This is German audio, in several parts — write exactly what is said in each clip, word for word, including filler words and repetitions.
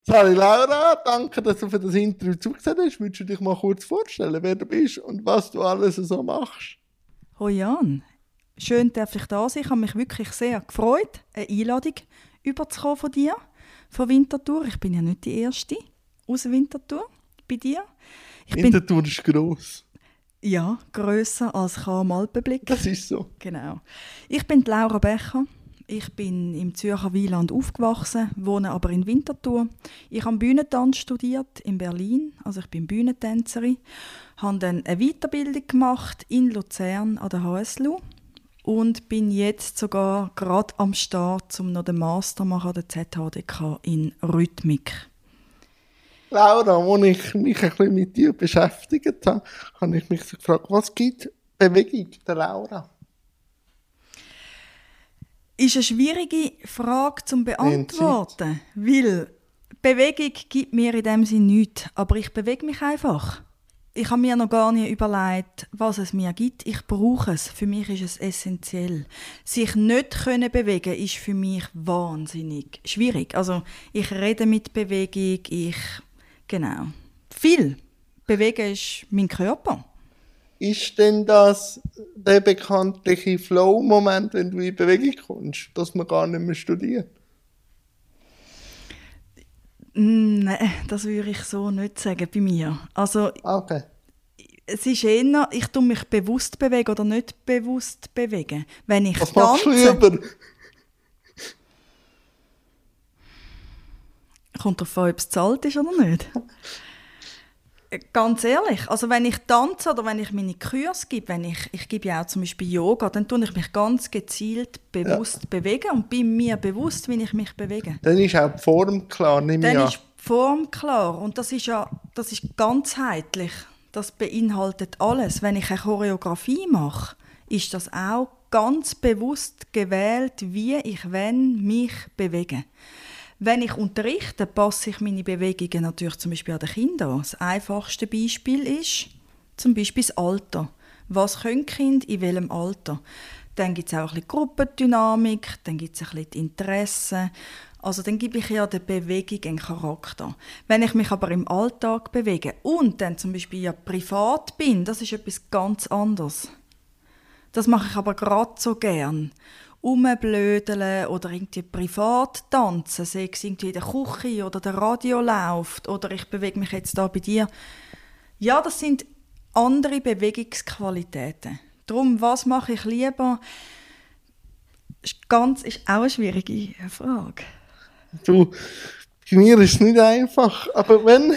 Sali Laura, danke, dass du für das Interview zugesehen hast. Würdest du dich mal kurz vorstellen, wer du bist und was du alles so machst? Hoi Jan, schön, dass ich da sein. Ich habe mich wirklich sehr gefreut, eine Einladung überzukommen von dir, von Winterthur. Ich bin ja nicht die Erste aus Winterthur bei dir. Ich Winterthur bin, ist gross. Ja, grösser als kaum Alpenblick. Das ist so. Genau. Ich bin die Laura Becher. Ich bin im Zürcher Wieland aufgewachsen, wohne aber in Winterthur. Ich habe Bühnentanz studiert in Berlin, also ich bin Bühnentänzerin. Habe dann eine Weiterbildung gemacht in Luzern an der H S L U und bin jetzt sogar gerade am Start, um noch den Master machen an der Z H D K in Rhythmik. Laura, als ich mich ein bisschen mit dir beschäftigt habe, habe ich mich gefragt, was gibt Bewegung der Laura? Ist eine schwierige Frage zu beantworten, weil Bewegung gibt mir in dem Sinne nichts, aber ich bewege mich einfach. Ich habe mir noch gar nicht überlegt, was es mir gibt. Ich brauche es. Für mich ist es essentiell. Sich nicht können bewegen ist für mich wahnsinnig schwierig. Also ich rede mit Bewegung, ich genau viel. Bewegen ist mein Körper. Ist denn das der bekanntliche Flow-Moment, wenn du in Bewegung kommst, dass man gar nicht mehr studiert? Nein, das würde ich so nicht sagen bei mir. Also, okay. Es ist eher, ich tue mich bewusst bewegen oder nicht bewusst bewegen. Wenn ich Was tanze, machst du lieber? Kommt darauf an, ob es zahlt ist oder nicht. Ganz ehrlich, also wenn ich tanze oder wenn ich meine Kurse gebe, wenn ich, ich gebe ja auch zum Beispiel Yoga, dann tue ich mich ganz gezielt bewusst ja. bewegen und bin mir bewusst, wie ich mich bewege. Dann ist auch die Form klar, nehme ich an. Dann ist die Form klar und das ist ja das ist ganzheitlich. Das beinhaltet alles. Wenn ich eine Choreografie mache, ist das auch ganz bewusst gewählt, wie ich wenn mich bewege. Wenn ich unterrichte, passe ich meine Bewegungen natürlich zum Beispiel an den Kindern an. Das einfachste Beispiel ist zum Beispiel das Alter. Was können Kinder in welchem Alter? Dann gibt es auch ein bisschen Gruppendynamik, dann gibt es ein bisschen Interessen. Also dann gebe ich ja der Bewegung einen Charakter. Wenn ich mich aber im Alltag bewege und dann zum Beispiel ja privat bin, das ist etwas ganz anderes. Das mache ich aber gerade so gern. Rumblödeln oder irgendwie privat tanzen, sei es irgendwie in der Küche oder der Radio läuft oder ich bewege mich jetzt da bei dir. Ja, das sind andere Bewegungsqualitäten. Darum, was mache ich lieber? Ist, ganz, ist auch eine schwierige Frage. Du, bei mir ist es nicht einfach, aber wenn,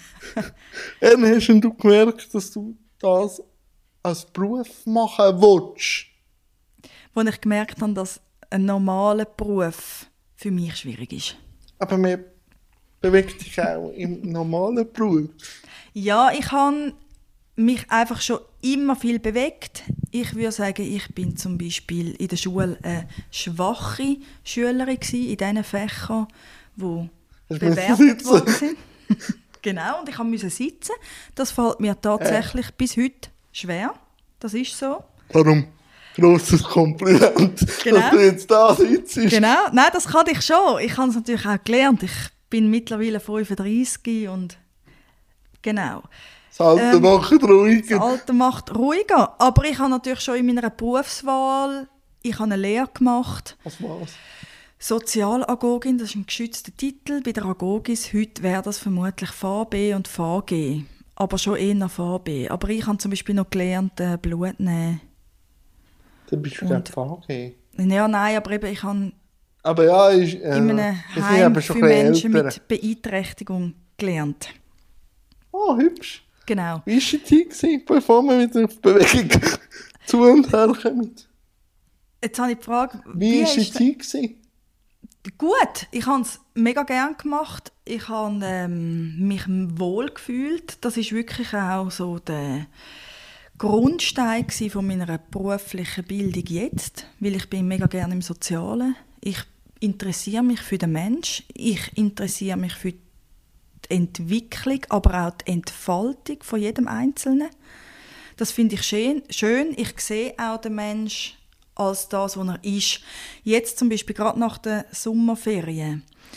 wann hast du gemerkt, dass du das als Beruf machen willst? Als ich gemerkt habe, dass ein normaler Beruf für mich schwierig ist. Aber man bewegt sich auch im normalen Beruf. Ja, ich habe mich einfach schon immer viel bewegt. Ich würde sagen, ich bin zum Beispiel in der Schule eine schwache Schülerin in diesen Fächern, die bewertet worden sind. Genau, und ich musste sitzen. Das fällt mir tatsächlich äh. bis heute schwer. Das ist so. Warum? Grosses Kompliment, genau. Dass du jetzt da sitzt. Genau, nein, das kann ich schon. Ich habe es natürlich auch gelernt. Ich bin mittlerweile fünfunddreissig und genau. Das Alter ähm, macht ruhiger. Das Alter macht ruhiger. Aber ich habe natürlich schon in meiner Berufswahl, ich habe eine Lehre gemacht. Was war's? Sozialagogin, das ist ein geschützter Titel. Bei der Agogis heute wäre das vermutlich V B und V G. Aber schon eher V B. Aber ich habe zum Beispiel noch gelernt, äh, Blut nehmen. Dann bist du und, V G. Ja, nein, aber eben, ich habe aber ja, ist, äh, in einem Heim für Menschen älter. Mit Beeinträchtigung gelernt. Oh, hübsch. Genau. Wie war die Zeit, bevor wir wieder auf Bewegung zu und her kommen? Jetzt habe ich die Frage, wie war die Zeit? Gut, ich habe es mega gerne gemacht. Ich habe ähm, mich wohl gefühlt. Das ist wirklich auch so der Grundstein von meiner beruflichen Bildung jetzt, weil ich bin mega gerne im Sozialen. Ich interessiere mich für den Menschen, ich interessiere mich für die Entwicklung, aber auch die Entfaltung von jedem Einzelnen. Das finde ich schön. schön. Ich sehe auch den Menschen als das, was er ist. Jetzt zum Beispiel gerade nach den Sommerferien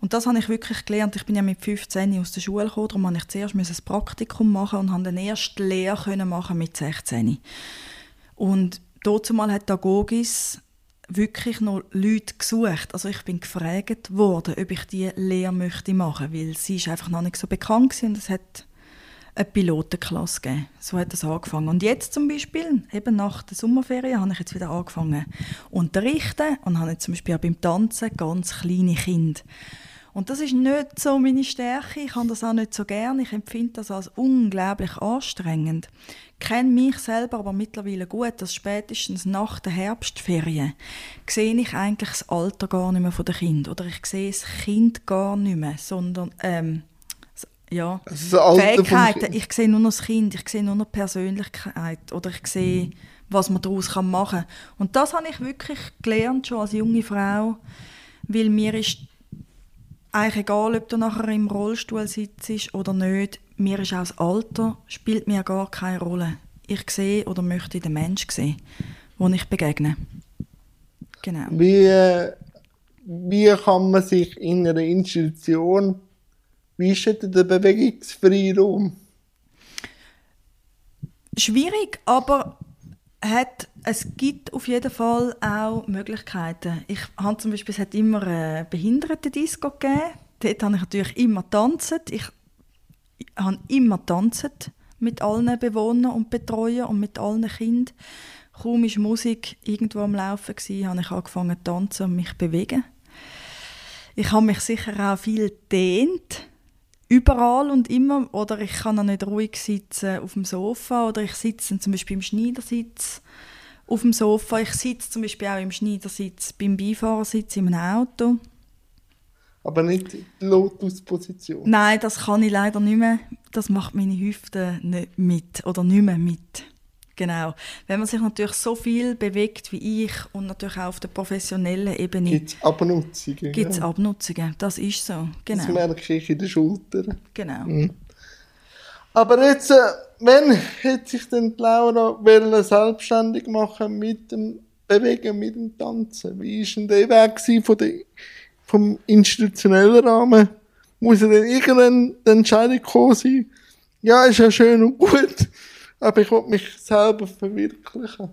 Und das habe ich wirklich gelernt. Ich bin ja mit fünfzehn aus der Schule gekommen, darum musste ich zuerst ein Praktikum machen und habe dann erst die Lehre machen mit sechzehn. Und dazumal hat die Agogis wirklich noch Leute gesucht. Also ich bin gefragt worden, ob ich diese Lehre möchte machen, weil sie ist einfach noch nicht so bekannt gewesen und es hat eine Pilotenklasse gegeben. So hat es angefangen. Und jetzt zum Beispiel, eben nach der Sommerferien, habe ich jetzt wieder angefangen zu unterrichten und habe jetzt zum Beispiel auch beim Tanzen ganz kleine Kinder. Und das ist nicht so meine Stärke, ich habe das auch nicht so gerne, ich empfinde das als unglaublich anstrengend. Ich kenne mich selber aber mittlerweile gut, dass spätestens nach den Herbstferien sehe ich eigentlich das Alter gar nicht mehr von den Kindern. Oder ich sehe das Kind gar nicht mehr, sondern ähm, ja, also Fähigkeiten. Ich sehe nur noch das Kind, ich sehe nur noch Persönlichkeit oder ich sehe, was man daraus machen kann. Und das habe ich wirklich gelernt, schon als junge Frau, weil mir ist eigentlich egal, ob du nachher im Rollstuhl sitzt oder nicht, mir ist auch das Alter, spielt mir gar keine Rolle. Ich sehe oder möchte den Menschen sehen, den ich begegne. Genau. Wie, äh, wie kann man sich in einer Institution, wie ist denn der Bewegungsfreiraum? Schwierig, aber hat, es gibt auf jeden Fall auch Möglichkeiten. Ich habe zum Beispiel, es hat immer eine Behindertendisco gegeben. Dort habe ich natürlich immer getanzt. Ich habe immer getanzt mit allen Bewohnern und Betreuern und mit allen Kindern. Kaum war Musik irgendwo am Laufen gewesen, habe ich angefangen zu tanzen und mich zu bewegen. Ich habe mich sicher auch viel dehnt. Überall und immer, oder ich kann auch nicht ruhig sitzen auf dem Sofa, oder ich sitze zum Beispiel im Schneidersitz auf dem Sofa. Ich sitze zum Beispiel auch im Schneidersitz beim Beifahrersitz in einem Auto. Aber nicht die Lotus-Position? Nein, das kann ich leider nicht mehr. Das macht meine Hüfte nicht mit, oder nicht mehr mit. Genau. Wenn man sich natürlich so viel bewegt wie ich und natürlich auch auf der professionellen Ebene. Gibt es Abnutzungen? Gibt es ja. Abnutzungen, das ist so. Genau. Das merke ich in den Schultern. Genau. Mhm. Aber jetzt, äh, wenn hätte sich denn Laura wollen selbstständig machen mit dem Bewegen, mit dem Tanzen? Wie war denn der Weg von der, vom institutionellen Rahmen? Muss ja dann irgendeine Entscheidung gekommen sein? Ja, ist ja schön und gut. Aber ich will mich selber verwirklichen.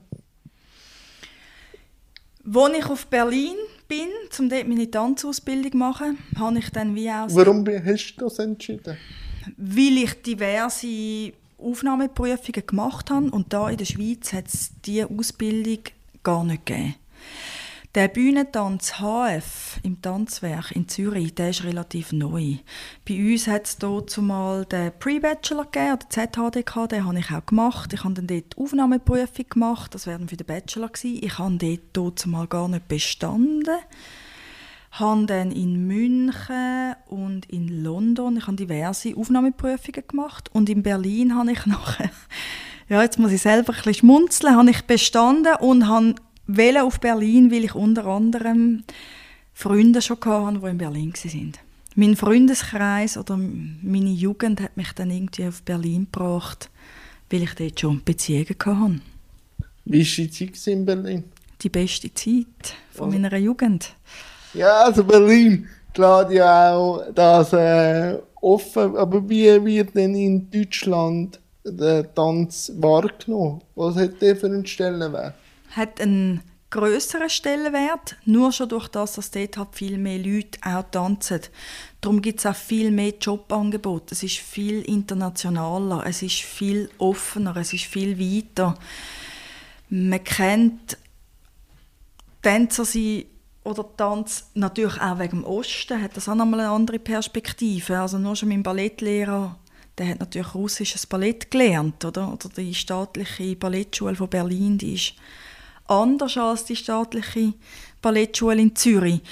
Als ich auf Berlin bin, um dort meine Tanzausbildung zu machen, habe ich dann wie auch... Warum hast du das entschieden? Weil ich diverse Aufnahmeprüfungen gemacht habe und da in der Schweiz hat es diese Ausbildung gar nicht gegeben. Der Bühnentanz H F im Tanzwerk in Zürich, der ist relativ neu. Bei uns hat es dazumal den Pre-Bachelor gegeben, oder Z H D K, den habe ich auch gemacht. Ich habe dann dort die Aufnahmeprüfung gemacht, das wäre dann für den Bachelor gewesen. Ich habe dort dazumal gar nicht bestanden. Ich habe dann in München und in London, ich habe diverse Aufnahmeprüfungen gemacht und in Berlin habe ich nachher, ja jetzt muss ich selber ein bisschen schmunzeln, habe ich bestanden und habe wählen auf Berlin, weil ich unter anderem Freunde schon hatte, die in Berlin waren. Mein Freundeskreis oder meine Jugend hat mich dann irgendwie auf Berlin gebracht, weil ich dort schon Beziehungen hatte. Wie war die Zeit in Berlin? Die beste Zeit von also, meiner Jugend. Ja, also Berlin lässt ja auch das äh, offen. Aber wie wird denn in Deutschland der Tanz wahrgenommen? Was hat der für einen Stellenwert? Hat einen grösseren Stellenwert, nur schon durch das, dass dort halt viel mehr Leute auch tanzen. Darum gibt es auch viel mehr Jobangebote. Es ist viel internationaler, es ist viel offener, es ist viel weiter. Man kennt Tänzer sein oder Tanz natürlich auch wegen dem Osten, hat das auch nochmal eine andere Perspektive. Also nur schon mein Ballettlehrer, der hat natürlich russisches Ballett gelernt, oder? Oder die staatliche Ballettschule von Berlin, die ist anders als die staatliche Ballettschule in Zürich.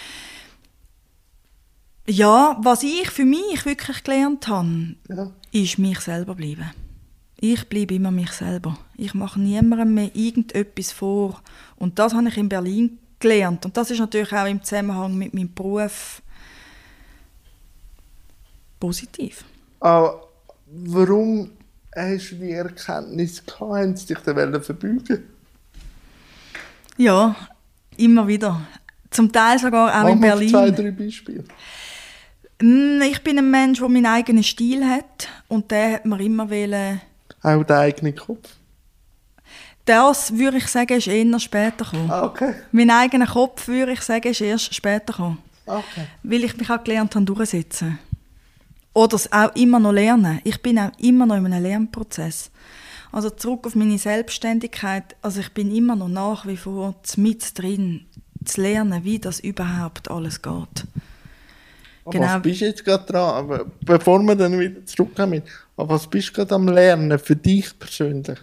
Ja, was ich für mich wirklich gelernt habe, ja. ist mich selber bleiben. Ich bleibe immer mich selber. Ich mache niemandem mehr irgendetwas vor. Und das habe ich in Berlin gelernt. Und das ist natürlich auch im Zusammenhang mit meinem Beruf positiv. Aber warum hast du die Erkenntnis gehabt? Haben sie dich dann verbeugen? Ja, immer wieder. Zum Teil sogar auch Mach in Berlin. Zwei, drei Beispiele. Ich bin ein Mensch, der meinen eigenen Stil hat und der hat mir immer wollen. Auch der eigene Kopf? Das, würde ich sagen, ist eher später gekommen. Ah, okay. Mein eigener Kopf, würde ich sagen, ist erst später gekommen. Okay. Weil ich mich auch gelernt habe, durchzusetzen. Oder es auch immer noch lernen. Ich bin auch immer noch in einem Lernprozess. Also zurück auf meine Selbstständigkeit. Also ich bin immer noch nach wie vor mit drin, zu lernen, wie das überhaupt alles geht. Genau. Was bist du jetzt gerade dran? Aber bevor wir dann wieder zurückkommen, aber was bist du gerade am Lernen für dich persönlich?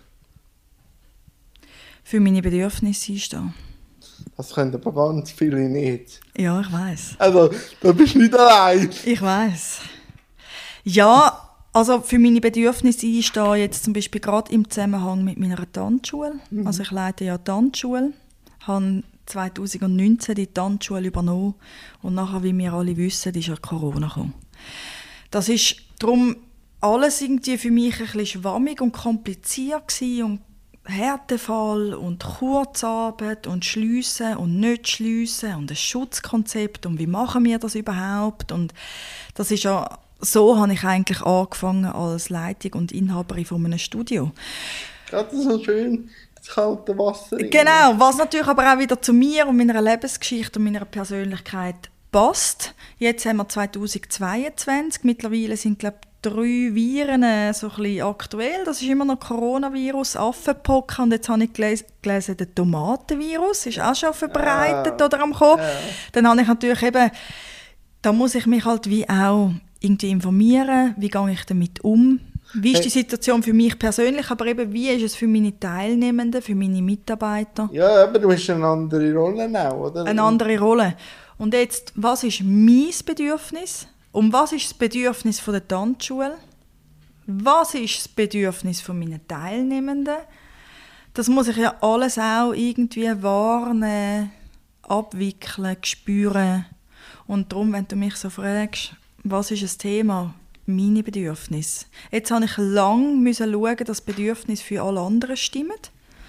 Für meine Bedürfnisse einstehen. Das können aber ganz viele nicht. Ja, ich weiss. Also, da bist du nicht allein. Ich weiss. Ja, also für meine Bedürfnisse einstehen, jetzt zum Beispiel gerade im Zusammenhang mit meiner Tanzschule. Mhm. Also ich leite ja die Tanzschule, habe zwanzig neunzehn die Tanzschule übernommen und nachher, wie wir alle wissen, ist ja Corona gekommen. Das ist darum alles irgendwie für mich ein bisschen schwammig und kompliziert gewesen und Härtefall und Kurzarbeit und Schliessen und nicht schliessen und ein Schutzkonzept und wie machen wir das überhaupt und das ist ja, so habe ich eigentlich angefangen als Leitung und Inhaberin von einem Studio. Gerade so schön ins kalte Wasser. Genau, was natürlich aber auch wieder zu mir und meiner Lebensgeschichte und meiner Persönlichkeit passt. Jetzt haben wir zweitausendzweiundzwanzig, mittlerweile sind glaube ich drei Viren äh, so ein bisschen aktuell. Das ist immer noch Coronavirus, Affenpocken und jetzt habe ich gelesen, gelesen der Tomatenvirus ist auch schon verbreitet ja. oder am kommen. Ja. Dann habe ich natürlich eben, da muss ich mich halt wie auch irgendwie informieren, wie gehe ich damit um, wie ist die Situation für mich persönlich, aber eben wie ist es für meine Teilnehmenden, für meine Mitarbeiter. Ja, aber du hast eine andere Rolle auch, oder? Eine andere Rolle. Und jetzt, was ist mein Bedürfnis? Und was ist das Bedürfnis von der Tanzschule? Was ist das Bedürfnis von meinen Teilnehmenden? Das muss ich ja alles auch irgendwie warnen, abwickeln, spüren. Und darum, wenn du mich so fragst, was ist das Thema? Meine Bedürfnisse. Jetzt musste ich lange schauen, dass das Bedürfnis für alle anderen stimmt.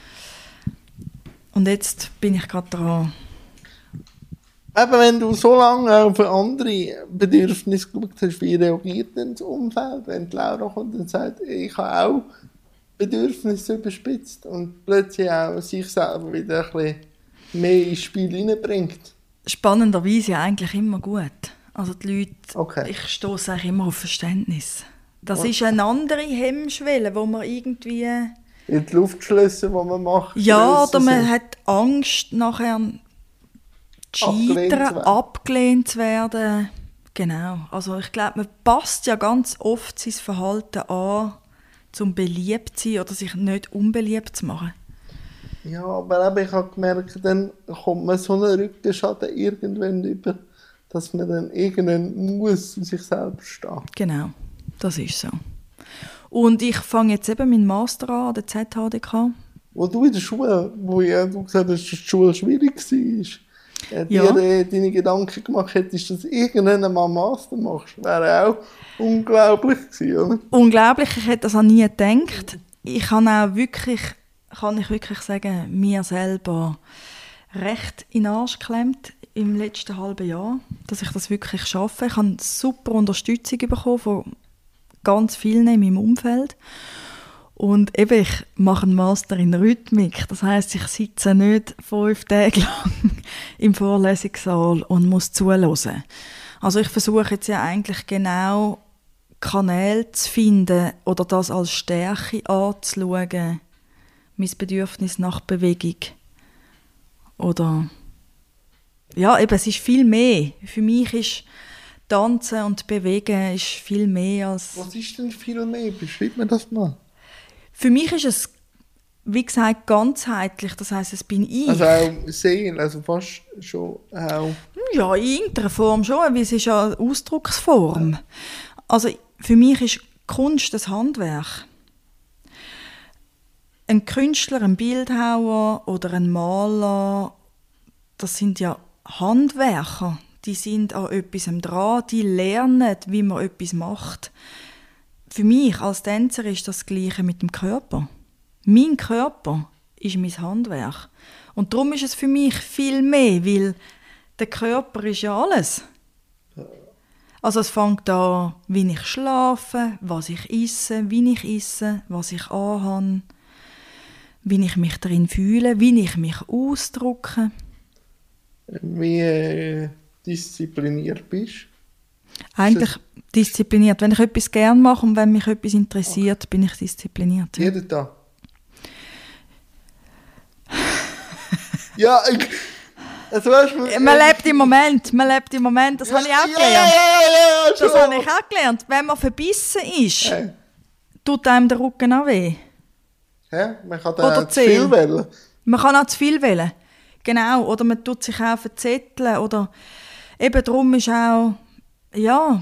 Und jetzt bin ich gerade dran. Eben, wenn du so lange auf andere Bedürfnisse geschaut hast, wie reagiert denn das Umfeld? Wenn die Laura kommt und sagt, ich habe auch Bedürfnisse überspitzt und plötzlich auch sich selber wieder ein bisschen mehr ins Spiel hineinbringt. Spannenderweise ja eigentlich immer gut. Also die Leute, okay. ich stosse eigentlich immer auf Verständnis. Das ist eine andere Hemmschwelle, wo man irgendwie... In die Luftschlösser, die man macht. Ja, oder man sind. hat Angst, nachher zu scheitern, abgelehnt zu werden. Genau. Also ich glaube, man passt ja ganz oft sein Verhalten an, um beliebt zu sein oder sich nicht unbeliebt zu machen. Ja, aber eben, ich habe gemerkt, dann kommt man so einen Rückenschaden irgendwann über, dass man dann irgendwann muss zu sich selber stehen. Genau, das ist so. Und ich fange jetzt eben meinen Master an, an der Z H D K. Wo du in der Schule, wo ja, du gesagt hast, dass die Schule schwierig war, äh, ja. dir äh, deine Gedanken gemacht hättest, dass du irgendwann mal einen Master machst, wäre auch unglaublich gewesen, oder? Unglaublich, ich hätte das auch nie gedacht. Ich habe auch wirklich, kann ich wirklich sagen, mir selber recht in den Arsch geklemmt im letzten halben Jahr, dass ich das wirklich schaffe. Ich habe super Unterstützung bekommen von ganz vielen in meinem Umfeld. Und eben, ich mache einen Master in Rhythmik. Das heisst, ich sitze nicht fünf Tage lang im Vorlesungssaal und muss zuhören. Also ich versuche jetzt ja eigentlich genau Kanäle zu finden oder das als Stärke anzuschauen, mein Bedürfnis nach Bewegung. Oder ja, eben, es ist viel mehr. Für mich ist Tanzen und Bewegen ist viel mehr als... Was ist denn viel mehr? Beschreib mir das mal. Für mich ist es, wie gesagt, ganzheitlich. Das heisst, es bin ich. Also auch sehen, also fast schon auch... Ja, in irgendeiner Form schon, weil es ist ja eine Ausdrucksform. Also für mich ist Kunst ein Handwerk. Ein Künstler, ein Bildhauer oder ein Maler, das sind ja Handwerker. Die sind an etwas dran, die lernen, wie man etwas macht. Für mich als Tänzer ist das Gleiche mit dem Körper. Mein Körper ist mein Handwerk. Und darum ist es für mich viel mehr, weil der Körper ist ja alles. Also es fängt an, wie ich schlafe, was ich esse, wie ich esse, was ich anhabe, wie ich mich darin fühle, wie ich mich ausdrücke. Wie äh, diszipliniert bist? Eigentlich diszipliniert. Wenn ich etwas gerne mache und wenn mich etwas interessiert, okay. bin ich diszipliniert. Ja. Jeden Tag? Ja, ich... Also, weißt, man, man lebt im Moment, man lebt im Moment, das ja, habe ich auch gelernt. Ja, ja, ja, das habe ich auch gelernt. Wenn man verbissen ist, hey. tut einem der Rücken auch weh. Ja, man kann da zu viel wählen. Man kann auch zu viel wählen. Genau, oder man tut sich auch verzetteln. Oder eben darum ist auch, ja...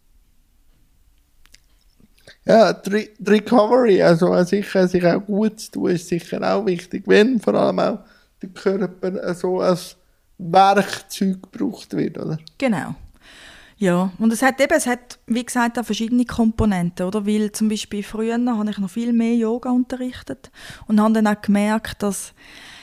Ja, die Recovery, also sicher sich auch gut zu tun, ist sicher auch wichtig, wenn vor allem auch der Körper so als Werkzeug gebraucht wird, oder? Genau. Ja, und es hat eben, es hat, wie gesagt, auch verschiedene Komponenten, oder? Weil zum Beispiel früher habe ich noch viel mehr Yoga unterrichtet und habe dann auch gemerkt, dass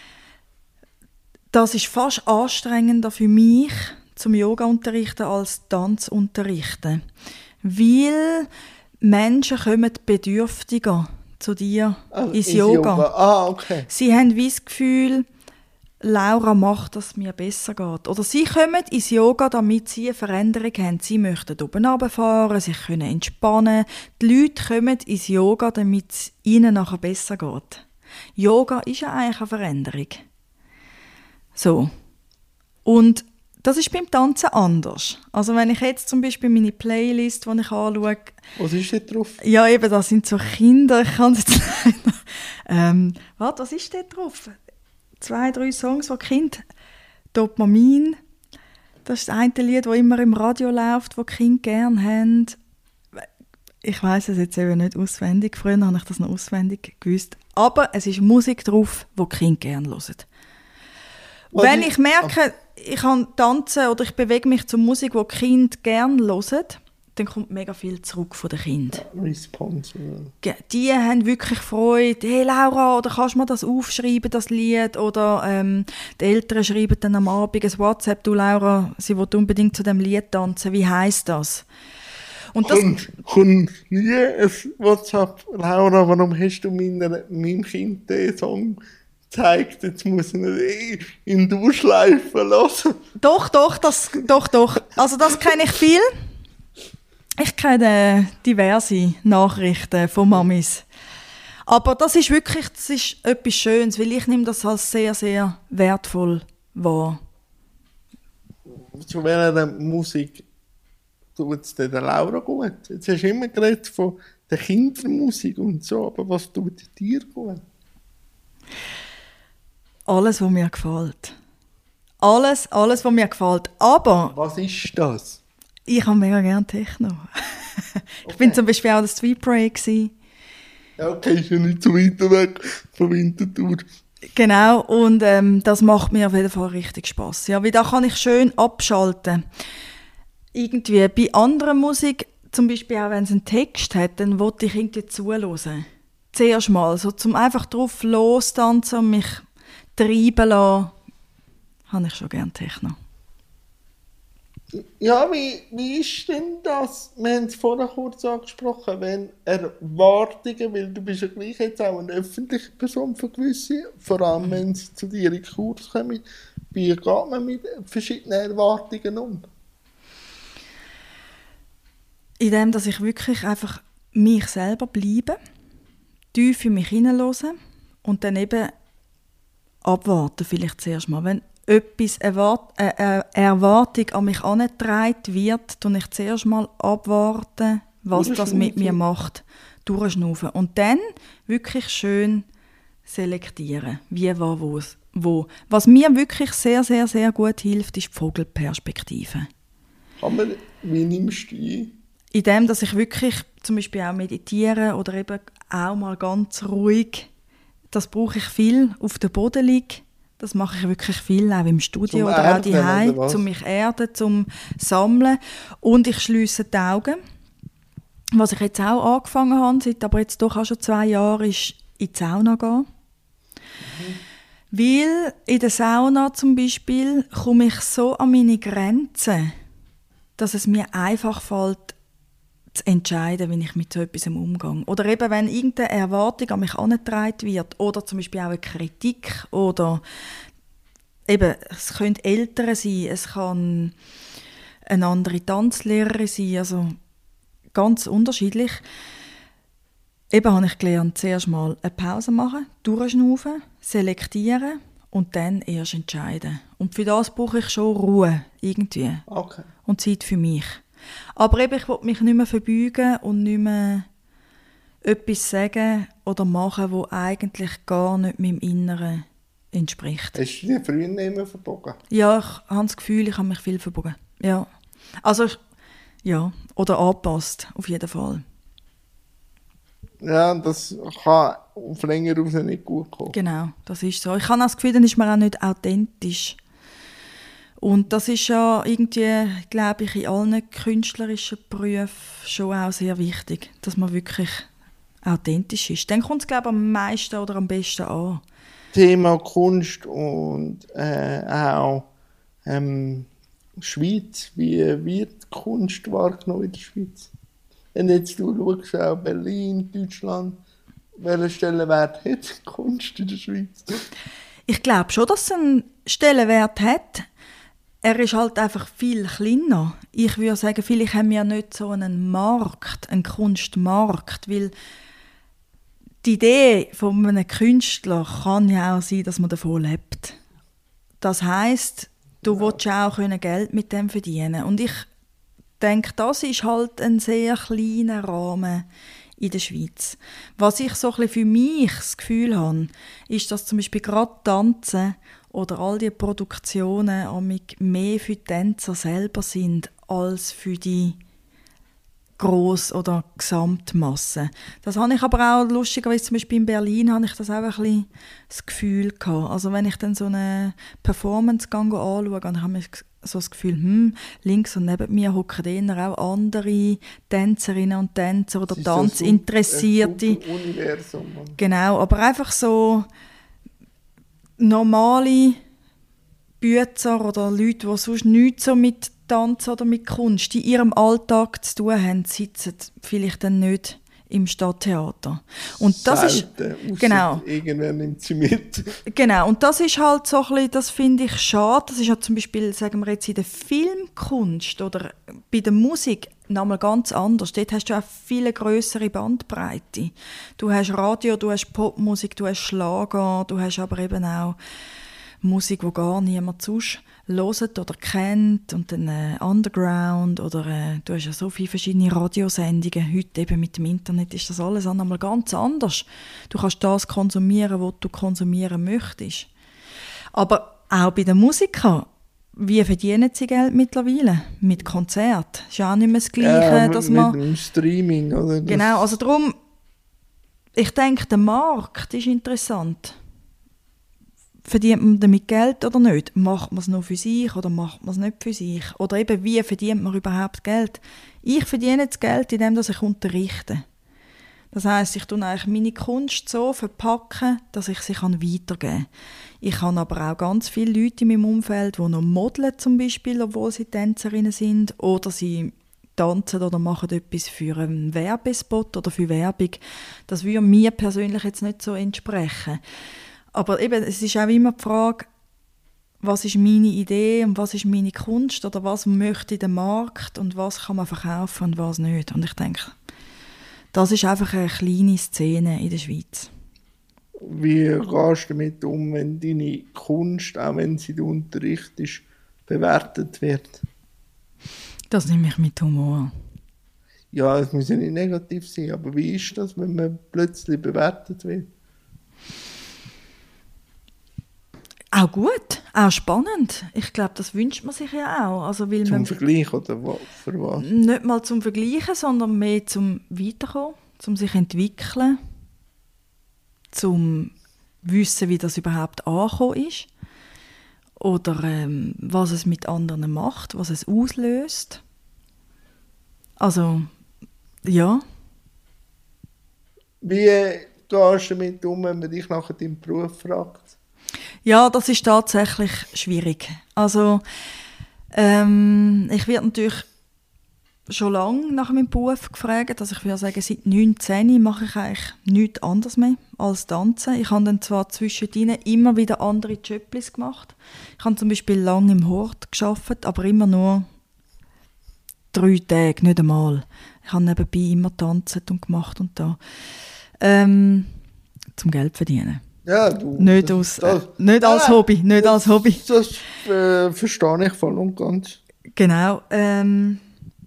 das ist fast anstrengender für mich, zum Yoga unterrichten, als Tanz unterrichten. Weil Menschen kommen bedürftiger zu dir ah, ins, ins Yoga. Yoga. Ah, okay. Sie haben wie das Gefühl, Laura macht, dass es mir besser geht. Oder sie kommen ins Yoga, damit sie eine Veränderung haben. Sie möchten oben runterfahren, sie können entspannen. Die Leute kommen ins Yoga, damit es ihnen nachher besser geht. Yoga ist ja eigentlich eine Veränderung. So. Und das ist beim Tanzen anders. Also wenn ich jetzt zum Beispiel meine Playlist, die ich anschaue... Was ist da drauf? Ja, eben, das sind so Kinder, ich kann es jetzt leider... Ähm, warte, was ist da drauf? Zwei, drei Songs, wo Kind... Dopamin, das ist das eine Lied, das immer im Radio läuft, das die Kinder gerne haben. Ich weiss es jetzt eben nicht auswendig. Früher habe ich das noch auswendig gewusst. Aber es ist Musik drauf, die die Kinder gerne hören. Was Wenn ich merke, ich kann tanzen oder ich bewege mich zur Musik, die die Kinder gerne hören, dann kommt mega viel zurück von den Kindern. Ja, Response. Ja. Die haben wirklich Freude. Hey Laura, oder kannst du mir das aufschreiben, das Lied? Oder ähm, die Eltern schreiben dann am Abend ein WhatsApp, du Laura, sie will unbedingt zu diesem Lied tanzen. Wie heisst das? Und das kommt, kommt nie ein WhatsApp, Laura, warum hast du meiner, meinem Kind den Song gezeigt, jetzt muss ich nicht in die Durchschleifen lassen. Doch, doch, das, doch, doch. Also das kenne ich viel. Ich kenne diverse Nachrichten von Mamis. Aber das ist wirklich, das ist etwas Schönes, weil ich nehme das als sehr, sehr wertvoll wahr. Zu welcher Musik tut es der Laura gut? Jetzt hast du immer geredet von der Kindermusik und so, aber was tut dir gut? Alles, was mir gefällt. Alles, alles, was mir gefällt. Aber... Was ist das? Ich habe mega gerne Techno. Ich okay. bin zum Beispiel auch das Sweet Parade gsi. Ja, okay, ist ja nicht so weit weg von Winterthur. Genau, und ähm, das macht mir auf jeden Fall richtig Spass. Ja, weil da kann ich schön abschalten. Irgendwie bei anderer Musik, zum Beispiel auch wenn es einen Text hat, dann will ich irgendwie zuhören. Zuerst mal, so zum einfach drauf lostanzen und mich treiben lassen, habe ich schon gerne Techno. Ja, wie, wie ist denn das? Wir haben es vorhin kurz angesprochen, wenn Erwartungen, weil du bist ja gleich jetzt auch eine öffentliche Person für gewisse, vor allem wenn sie zu dir in den Kurs kommen, wie geht man mit verschiedenen Erwartungen um? Indem, dass ich wirklich einfach mich selber bleibe, tief in mich hineinhören und dann eben abwarten vielleicht zuerst mal. Wenn etwas Erwart- äh, äh, Erwartung an mich herangetragen wird, tue ich zuerst mal abwarten, was das mit mir macht. Durchschnaufen. Und dann wirklich schön selektieren. Wie, war, wo, wo. Was mir wirklich sehr, sehr, sehr gut hilft, ist die Vogelperspektive. Aber wie nimmst du ein? Indem, dass ich wirklich zum Beispiel auch meditiere oder eben auch mal ganz ruhig, das brauche ich viel, auf dem Boden liege. Das mache ich wirklich viel, auch im Studio zum oder Erden, auch daheim, um mich erden, zum Sammeln. Und ich schliesse die Augen. Was ich jetzt auch angefangen habe, seit aber jetzt doch auch schon zwei Jahren, ist in die Sauna gehen. Mhm. Weil in der Sauna zum Beispiel komme ich so an meine Grenzen, dass es mir einfach fällt, zu entscheiden, wie ich mit so etwas umgehe. Oder eben, wenn irgendeine Erwartung an mich herangetragen wird, oder zum Beispiel auch eine Kritik, oder eben, es können Eltern sein, es kann eine andere Tanzlehrerin sein, also ganz unterschiedlich. Eben habe ich gelernt, zuerst mal eine Pause machen, durchschnaufen, selektieren und dann erst entscheiden. Und für das brauche ich schon Ruhe, irgendwie. Okay. Und Zeit für mich. Aber eben, ich will mich nicht mehr verbeugen und nicht mehr etwas sagen oder machen, was eigentlich gar nicht meinem Inneren entspricht. Hast du dich früher nicht mehr verbogen? Ja, ich habe das Gefühl, ich habe mich viel verbogen. Ja. Also, ich, ja, oder angepasst, auf jeden Fall. Ja, das kann auf länger raus nicht gut kommen. Genau, das ist so. Ich habe das Gefühl, dann ist man auch nicht authentisch. Und das ist ja irgendwie, glaube ich, in allen künstlerischen Berufen schon auch sehr wichtig, dass man wirklich authentisch ist. Dann kommt es, glaube ich, am meisten oder am besten an. Thema Kunst und äh, auch ähm, Schweiz. Wie wird Kunst wahrgenommen in der Schweiz? Wenn jetzt du schaust, auch Berlin, Deutschland, welchen Stellenwert hat Kunst in der Schweiz? Ich glaube schon, dass es einen Stellenwert hat. Er ist halt einfach viel kleiner. Ich würde sagen, vielleicht haben wir nicht so einen Markt, einen Kunstmarkt, weil die Idee von einem Künstler kann ja auch sein, dass man davon lebt. Das heisst, du ja. willst auch Geld mit dem verdienen. Und ich denke, das ist halt ein sehr kleiner Rahmen in der Schweiz. Was ich so ein bisschen für mich das Gefühl habe, ist, dass zum Beispiel gerade Tanzen oder all die Produktionen mehr für die Tänzer selber sind, als für die Gross- oder Gesamtmasse. Das habe ich aber auch lustigerweise, zum Beispiel in Berlin, habe ich das auch ein bisschen das Gefühl gehabt. Also wenn ich dann so eine Performance anschaue, dann habe ich so das Gefühl, hm, links und neben mir hocken eher auch andere Tänzerinnen und Tänzer oder Tanzinteressierte. Universum. Genau, aber einfach so normale Bützer oder Leute, die sonst nichts so mit Tanz oder mit Kunst in ihrem Alltag zu tun haben, sitzen vielleicht dann nicht im Stadttheater. Und das Selten, ist genau. Irgendwer nimmt sie mit. Genau, und das ist halt so ein bisschen, das finde ich schade. Das ist ja zum Beispiel, sagen wir jetzt in der Filmkunst oder bei der Musik nochmal ganz anders. Dort hast du auch viel grössere Bandbreite. Du hast Radio, du hast Popmusik, du hast Schlager, du hast aber eben auch Musik, die gar niemand sonst hört oder kennt, und dann äh, Underground oder äh, du hast ja so viele verschiedene Radiosendungen. Heute eben mit dem Internet ist das alles einmal ganz anders. Du kannst das konsumieren, was du konsumieren möchtest. Aber auch bei den Musikern, wie verdienen sie Geld mittlerweile? Mit Konzerten. Ist ja auch nicht mehr das Gleiche. Ja, dass mit man, dem Streaming. Oder? Genau, also darum, ich denke, der Markt ist interessant. Verdient man damit Geld oder nicht? Macht man es nur für sich oder macht man es nicht für sich? Oder eben, wie verdient man überhaupt Geld? Ich verdiene das Geld, indem ich unterrichte. Das heisst, ich tue eigentlich meine Kunst so verpacken, dass ich sie weitergeben kann. Ich habe aber auch ganz viele Leute in meinem Umfeld, die noch modeln zum Beispiel, obwohl sie Tänzerinnen sind, oder sie tanzen oder machen etwas für einen Werbespot oder für Werbung. Das würde mir persönlich jetzt nicht so entsprechen. Aber eben, es ist auch immer die Frage, was ist meine Idee und was ist meine Kunst oder was möchte der Markt und was kann man verkaufen und was nicht. Und ich denke, das ist einfach eine kleine Szene in der Schweiz. Wie gehst du damit um, wenn deine Kunst, auch wenn sie du unterrichtest, bewertet wird? Das nehme ich mit Humor. Ja, es muss ja nicht negativ sein, aber wie ist das, wenn man plötzlich bewertet wird? Auch gut, auch spannend. Ich glaube, das wünscht man sich ja auch. Also, weil zum man Vergleich oder für was? Nicht mal zum Vergleichen, sondern mehr zum Weiterkommen, zum sich entwickeln, zum wissen, wie das überhaupt angekommen ist. Oder ähm, was es mit anderen macht, was es auslöst. Also, ja. Wie gehst du damit um, wenn man dich nach deinem Beruf fragt? Ja, das ist tatsächlich schwierig. Also, ähm, ich werde natürlich schon lange nach meinem Beruf gefragt. Also ich würde sagen, seit neunzehn mache ich eigentlich nichts anderes mehr als tanzen. Ich habe dann zwar zwischendrin immer wieder andere Jobs gemacht. Ich habe zum Beispiel lange im Hort gearbeitet, aber immer nur drei Tage, nicht einmal. Ich habe nebenbei immer tanzen und gemacht und da. Ähm, zum Geld verdienen. Ja, du. Nicht, das, aus, das, äh, nicht als ja, Hobby, nicht das, als Hobby. Das, das äh, verstehe ich voll und ganz. Genau. Ähm,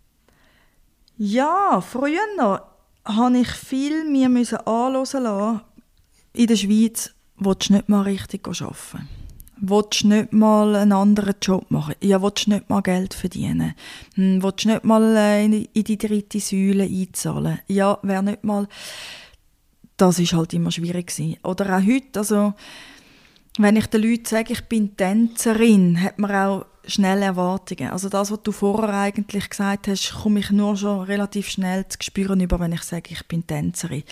ja, früher noch habe ich viel mir müssen anhören lassen. In der Schweiz willst du nicht mal richtig arbeiten. Willst du nicht mal einen anderen Job machen? Ja, willst du nicht mal Geld verdienen? Hm, willst du nicht mal äh, in die dritte Säule einzahlen? Ja, wäre nicht mal... Das war halt immer schwierig gewesen. Oder auch heute, also wenn ich den Leuten sage, ich bin Tänzerin, hat man auch schnell Erwartungen. Also das, was du vorher eigentlich gesagt hast, komme ich nur schon relativ schnell zu spüren über, wenn ich sage, ich bin Tänzerin.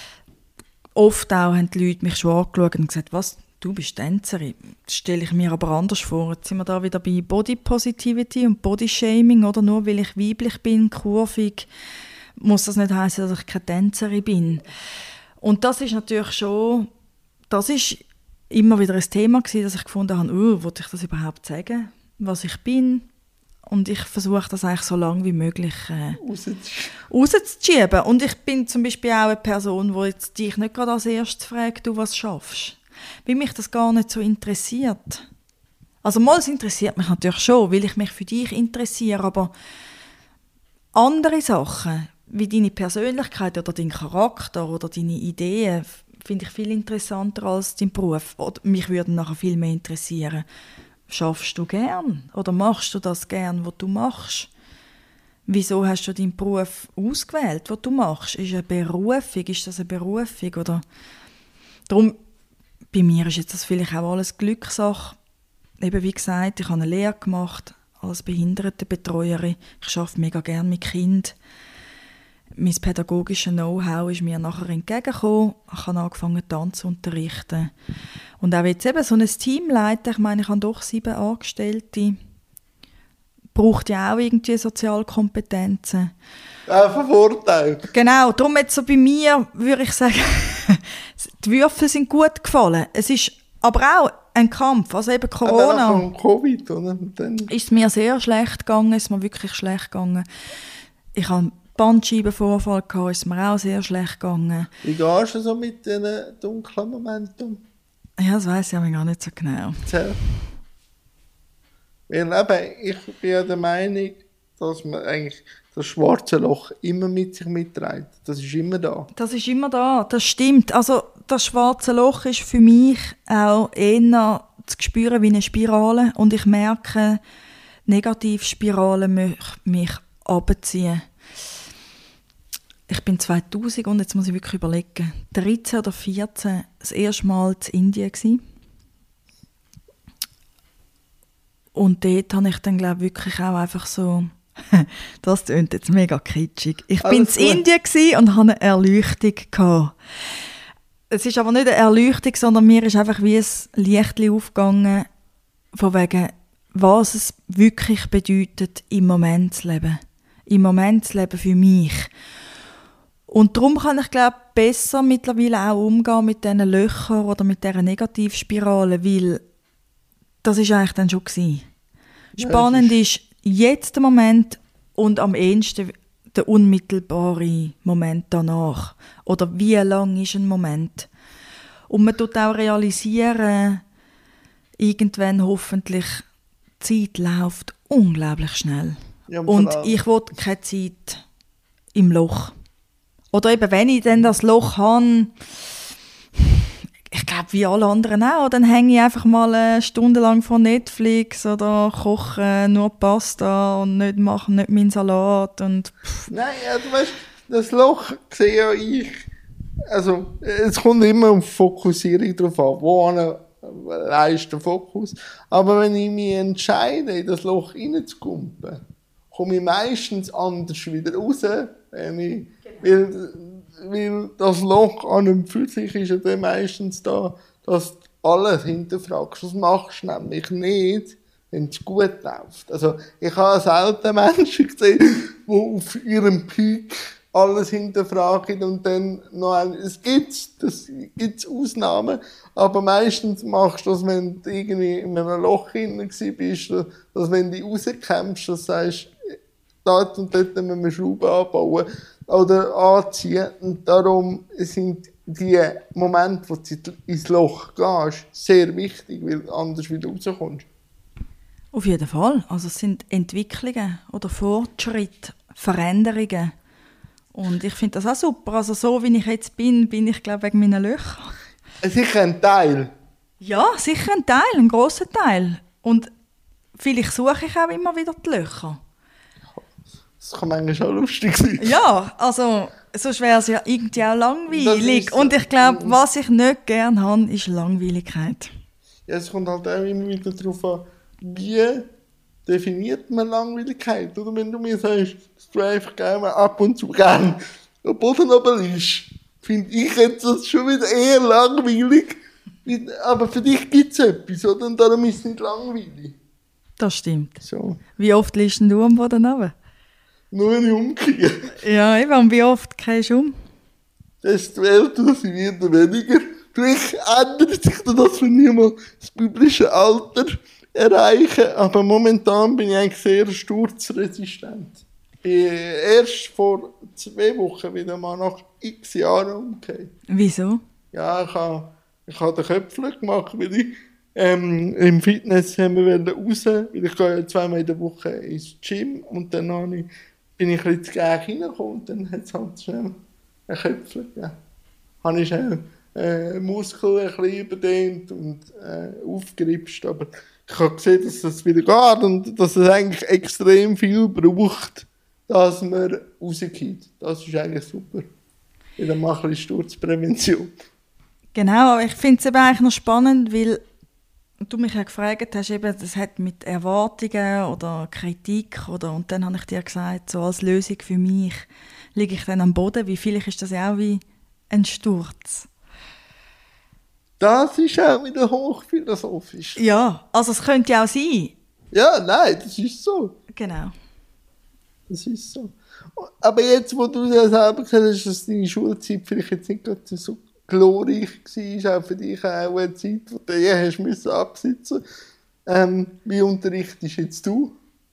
Oft auch haben die Leute mich schon angeschaut und gesagt, was, du bist Tänzerin? Das stelle ich mir aber anders vor. Jetzt sind wir da wieder bei Body Positivity und Body Shaming, oder? Nur weil ich weiblich bin, kurvig, muss das nicht heißen, dass ich keine Tänzerin bin. Und das ist natürlich schon, das ist immer wieder ein Thema gewesen, dass ich gefunden habe, oh, wollte ich das überhaupt sagen, was ich bin? Und ich versuche das eigentlich so lange wie möglich äh, rauszuschieben. Und ich bin zum Beispiel auch eine Person, die jetzt dich nicht gerade als erstes fragt, du, was schaffst? Weil mich das gar nicht so interessiert. Also mal, es interessiert mich natürlich schon, weil ich mich für dich interessiere, aber andere Sachen, wie deine Persönlichkeit oder dein Charakter oder deine Ideen, finde ich viel interessanter als dein Beruf. Oder mich würden nachher viel mehr interessieren. Schaffst du gern? Oder machst du das gern, was du machst? Wieso hast du deinen Beruf ausgewählt, was du machst? Ist eine Berufung? Ist das eine Berufung? Oder darum, bei mir ist jetzt das vielleicht auch alles Glückssache. Eben wie gesagt, ich habe eine Lehre gemacht als Behindertenbetreuerin. Ich arbeite mega gern mit Kindern. Mein pädagogisches Know-how ist mir nachher entgegengekommen. Ich habe angefangen, Tanz zu unterrichten. Und auch jetzt eben so ein Team leiten, ich meine, ich habe doch sieben Angestellte, braucht ja auch irgendwie Sozialkompetenzen. Ja, von Vorteil. Genau, darum jetzt so bei mir würde ich sagen, die Würfel sind gut gefallen. Es ist aber auch ein Kampf, also eben Corona. Aber nach Covid, oder? Dann ist es mir sehr schlecht gegangen, ist mir wirklich schlecht gegangen. Ich habe Bandscheibenvorfall gehabt, ist mir auch sehr schlecht gegangen. Wie gehst du so mit diesen dunklen Momenten um? Ja, das weiss ich aber gar nicht so genau. Erzähl. Weil eben, ich bin ja der Meinung, dass man eigentlich das schwarze Loch immer mit sich mitträgt. Das ist immer da. Das ist immer da, das stimmt. Also das schwarze Loch ist für mich auch eher zu spüren wie eine Spirale. Und ich merke, Negativspiralen möchten mich runterziehen. Ich bin zweitausend und jetzt muss ich wirklich überlegen, dreizehn oder vierzehn das erste Mal in Indien gewesen. Und dort habe ich dann, glaube ich, wirklich auch einfach so, das klingt jetzt mega kitschig. Ich war in Indien und hatte eine Erleuchtung gehabt. Es ist aber nicht eine Erleuchtung, sondern mir ist einfach wie ein Lichtchen aufgegangen, von wegen, was es wirklich bedeutet, im Moment zu leben. Im Moment zu leben für mich. Und darum kann ich, glaube ich, besser mittlerweile auch umgehen mit diesen Löchern oder mit dieser Negativspirale, weil das war eigentlich dann schon gewesen. Spannend ja, ist, ist jetzt der Moment und am ehesten der unmittelbare Moment danach. Oder wie lang ist ein Moment? Und man tut auch realisieren, irgendwann hoffentlich, die Zeit läuft unglaublich schnell. Ja, und ich will keine Zeit im Loch. Oder eben, wenn ich dann das Loch habe, ich glaube, wie alle anderen auch, dann hänge ich einfach mal eine Stunde lang vor Netflix oder koche nur Pasta und nicht mache nicht meinen Salat. Und nein, ja, du weißt, das Loch sehe ja ich. Also, es kommt immer auf die Fokussierung drauf an, wo leist der Fokus. Aber wenn ich mich entscheide, in das Loch reinzukumpen, komme ich meistens anders wieder raus, wenn ich, weil, weil das Loch an und für sich ist ja dann meistens da, dass du alles hinterfragst. Das machst du nämlich nicht, wenn es gut läuft. Also ich habe selten Menschen gesehen, die auf ihrem Peak alles hinterfragen und dann noch ein, es gibt, das gibt's Ausnahmen, aber meistens machst du das, wenn du irgendwie in einem Loch hinein bist, dass wenn du rauskämpfst, dass du sagst, dort und dort müssen wir Schrauben anbauen oder anziehen. Und darum sind die Momente, wo du ins Loch gehst, sehr wichtig, weil anders wieder rauskommst. Auf jeden Fall. Also es sind Entwicklungen oder Fortschritte, Veränderungen. Und ich finde das auch super. Also so, wie ich jetzt bin, bin ich, glaube ich, wegen meinen Löchern. Sicher ein Teil. Ja, sicher ein Teil, ein grosser Teil. Und vielleicht suche ich auch immer wieder die Löcher. Das kann manchmal schon lustig sein. Ja, also sonst wäre es ja irgendwie auch langweilig. So. Und ich glaube, was ich nicht gerne habe, ist Langweiligkeit. Ja, es kommt halt auch immer wieder darauf an, wie definiert man Langweiligkeit. Oder wenn du mir sagst, dass du einfach gerne ab und zu gerne am Boden oben liegst, finde ich jetzt das schon wieder eher langweilig. Aber für dich gibt es etwas, oder? Und darum ist es nicht langweilig. Das stimmt. So. Wie oft liegst du am Boden runter? Nur eine Umkehr. Ja, eben. Und wie oft gehst du um? Desto älter sie werden, weniger. Vielleicht ändert sich das, wenn ich mal das biblische Alter erreiche. Aber momentan bin ich eigentlich sehr sturzresistent. Ich bin erst vor zwei Wochen wieder mal nach x Jahren umgekehrt. Wieso? Ja, ich habe, ich habe den Köpfler gemacht, weil ich ähm, im Fitness haben wir raus, weil ich gehe zweimal in der Woche ins Gym und dann habe ich, bin ich ein bisschen zu gleich reingekommen und dann hat es halt schnell einen Köpfler gegeben. Habe ich schnell äh, Muskeln ein bisschen überdehnt und äh, aufgeripst, aber ich habe gesehen, dass das wieder geht und dass es eigentlich extrem viel braucht, dass man rausgeht. Das ist eigentlich super. Wieder mal ein bisschen Sturzprävention. Genau, aber ich finde es eben eigentlich noch spannend, weil du mich ja gefragt hast, eben, das hat mit Erwartungen oder Kritik oder und dann habe ich dir gesagt, so als Lösung für mich liege ich dann am Boden, wie vielleicht ist das ja auch wie ein Sturz. Das ist auch wieder hochphilosophisch. Ja, also es könnte ja auch sein. Ja, nein, das ist so. Genau. Das ist so. Aber jetzt, wo du ja selber gesagt hast, dass deine Schulzeit vielleicht jetzt nicht gerade so glorreich war, auch für dich auch eine Zeit, wo du eher hast müssen absitzen. Ähm, wie unterrichtest jetzt du?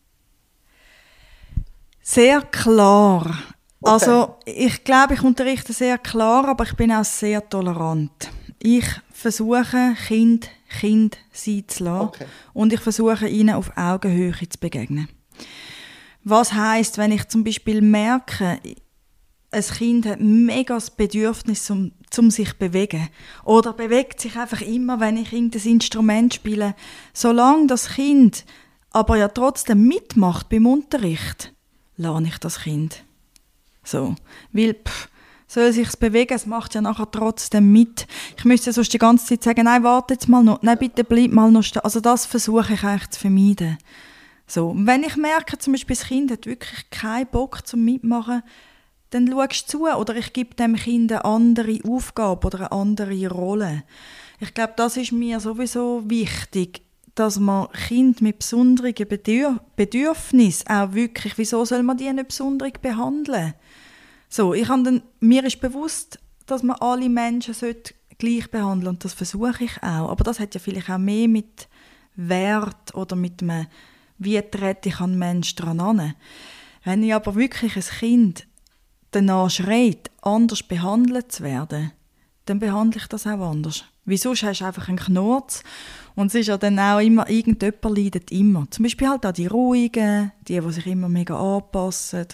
Sehr klar. Okay. Also ich glaube, ich unterrichte sehr klar, aber ich bin auch sehr tolerant. Ich versuche, Kind Kind sein zu lassen Okay. und ich versuche, ihnen auf Augenhöhe zu begegnen. Was heisst, wenn ich zum Beispiel merke, ein Kind hat ein mega Bedürfnis, um, um sich zu bewegen. Oder bewegt sich einfach immer, wenn ich irgendein Instrument spiele. Solange das Kind aber ja trotzdem mitmacht beim Unterricht, lasse ich das Kind. So. Weil, pff, soll sich's bewegen, es macht ja nachher trotzdem mit. Ich müsste sonst die ganze Zeit sagen, nein, warte jetzt mal noch, nein, bitte bleib mal noch stehen. Also das versuche ich eigentlich zu vermeiden. So. Und wenn ich merke, zum Beispiel, das Kind hat wirklich keinen Bock zum Mitmachen, dann schaust du zu oder ich gebe dem Kind eine andere Aufgabe oder eine andere Rolle. Ich glaube, das ist mir sowieso wichtig, dass man Kinder mit besonderen Bedürf- Bedürfnissen auch wirklich, wieso soll man die nicht besonders behandeln? So, ich habe dann, mir ist bewusst, dass man alle Menschen gleich behandeln sollte und das versuche ich auch. Aber das hat ja vielleicht auch mehr mit Wert oder mit einem, wie trete ich an Menschen dran an. Wenn ich aber wirklich ein Kind danach schreit, anders behandelt zu werden, dann behandle ich das auch anders. Weil sonst hast du einfach einen Knurz und es ist ja dann auch immer, irgendjemand leidet immer. Zum Beispiel halt auch die Ruhigen, die, die sich immer mega anpassen.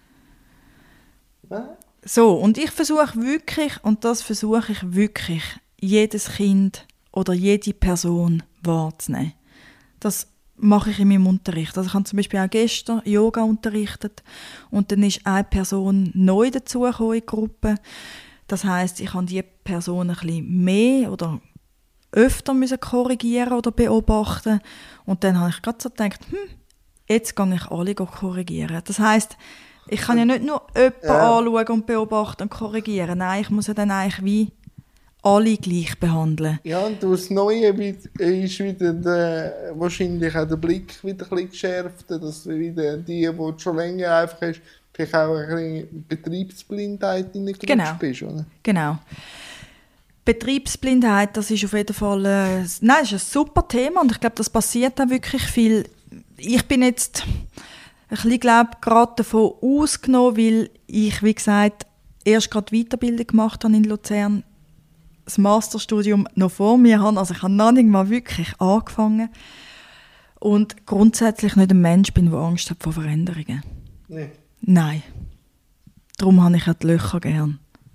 Ja. So, und ich versuche wirklich, und das versuche ich wirklich, jedes Kind oder jede Person wahrzunehmen. Das mache ich in meinem Unterricht. Also ich habe zum Beispiel auch gestern Yoga unterrichtet und dann ist eine Person neu dazugekommen in die Gruppe. Das heisst, ich habe diese Person ein bisschen mehr oder öfter müssen korrigieren oder beobachten. Und dann habe ich gerade so gedacht, hm, jetzt gehe ich alle korrigieren. Das heisst, ich kann ja nicht nur jemanden ja. anschauen und beobachten und korrigieren. Nein, ich muss ja dann eigentlich wie alle gleich behandeln. Ja, und das Neue ist wieder der, wahrscheinlich auch der Blick wieder ein bisschen geschärft, dass wieder die, die du schon länger einfach hast, vielleicht auch ein bisschen Betriebsblindheit reingerutscht Genau. bist, oder? Genau. Betriebsblindheit, das ist auf jeden Fall äh, nein, ist ein super Thema und ich glaube, das passiert auch wirklich viel. Ich bin jetzt ein bisschen, glaube gerade davon ausgenommen, weil ich, wie gesagt, erst gerade Weiterbildung gemacht habe in Luzern, das Masterstudium noch vor mir habe, also ich habe noch nicht mal wirklich angefangen und grundsätzlich nicht ein Mensch bin, der Angst hat vor Veränderungen. Nee. Nein. Darum habe ich auch die Löcher gern.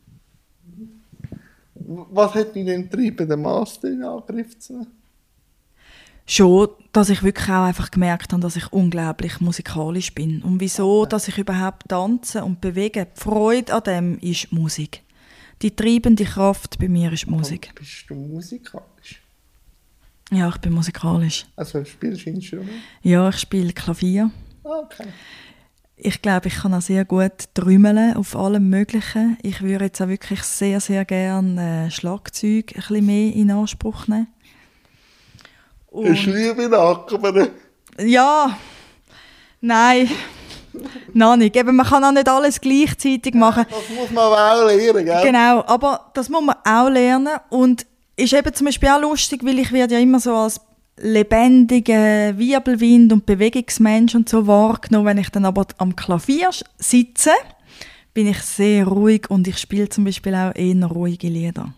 Was hat dich denn getrieben, den Master in Angriff zu nehmen? Schon, dass ich wirklich auch einfach gemerkt habe, dass ich unglaublich musikalisch bin. Und wieso, okay. dass ich überhaupt tanze und bewege. Die Freude an dem ist Musik. Die treibende Kraft bei mir ist Musik. Und bist du musikalisch? Ja, ich bin musikalisch. Also spielst du Instrument? Ja, ich spiele Klavier. Okay. Ich glaube, ich kann auch sehr gut trümmeln auf allem Möglichen. Ich würde jetzt auch wirklich sehr, sehr gerne äh, Schlagzeug ein bisschen mehr in Anspruch nehmen. Und Hast du Liebe nachgegeben? Ja, nein, noch nicht. Eben, man kann auch nicht alles gleichzeitig machen. Das muss man aber auch lernen, gell? Genau, aber das muss man auch lernen. Und ist eben zum Beispiel auch lustig, weil ich werde ja immer so als lebendiger Wirbelwind und Bewegungsmensch und so wahrgenommen. Wenn ich dann aber am Klavier sitze, bin ich sehr ruhig und ich spiele zum Beispiel auch eher ruhige Lieder.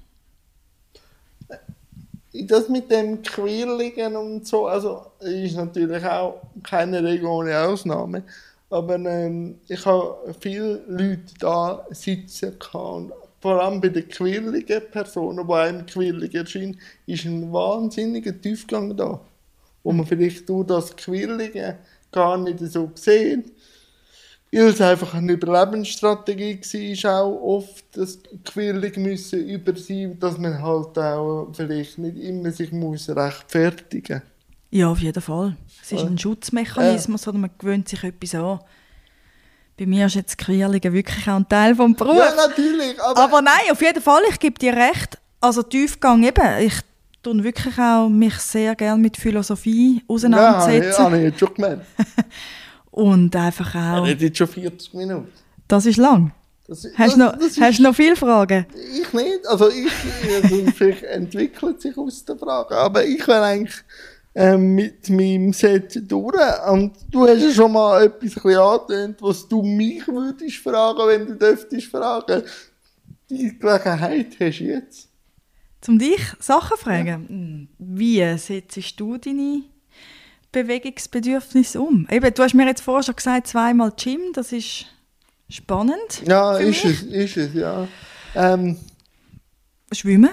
Das mit dem Quirligen und so, also ist natürlich auch keine Regel ohne Ausnahme, aber ähm, ich habe viele Leute da sitzen gehabt, vor allem bei den quirligen Personen, die einem quirlig erscheinen, ist ein wahnsinniger Tiefgang da, wo man vielleicht durch das Quirlige gar nicht so sieht, weil es einfach eine Überlebensstrategie war, auch oft das Quirlig müssen über sein, dass man halt auch vielleicht nicht immer sich muss rechtfertigen muss. Ja, auf jeden Fall. Es ist ein Schutzmechanismus, ja. Oder man gewöhnt sich etwas an. Bei mir ist jetzt Quirligen wirklich auch ein Teil des Berufs. Ja, natürlich. Aber, aber nein, auf jeden Fall, ich gebe dir recht. Also Tiefgang eben, ich tue wirklich auch mich sehr gerne mit Philosophie auseinandersetzen. Ja, habe ich jetzt schon gemerkt. Und einfach auch... Er hat jetzt schon vierzig Minuten. Das ist lang. Das, hast das, du noch, das hast noch viele Fragen? Ich nicht. Also ich, also vielleicht entwickelt sich aus der Frage. Aber ich wäre eigentlich ähm, mit meinem Set durch. Und du hast ja schon mal etwas ein bisschen angetönt, was du mich würdest fragen, wenn du dürftest fragen. Die Gelegenheit hast du jetzt. Zum dich Sachen fragen? Ja. Wie setzt du deine Bewegungsbedürfnisse um? Eben, du hast mir jetzt vorher schon gesagt, zweimal Gym, das ist spannend. Ja, ist es, ist es, ja. Ähm, Schwimmen?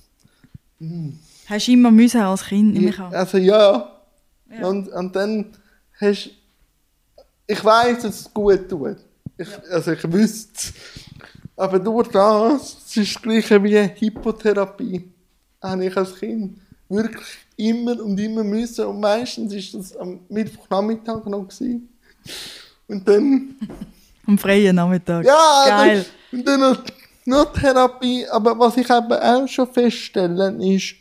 Hm. Hast du immer müssen als Kind? Ich, also ja. ja. Und, und dann hast ich weiss, dass es gut tut. Ich, ja. Also ich wüsste es. Aber durch das, es ist das Gleiche wie Hypotherapie, habe ich als Kind wirklich immer und immer müssen. Und meistens war das am Mittwochnachmittag noch gewesen. Und dann... Am freien Nachmittag. Ja, geil. Dann, und dann noch, noch Therapie. Aber was ich eben auch schon feststelle, ist,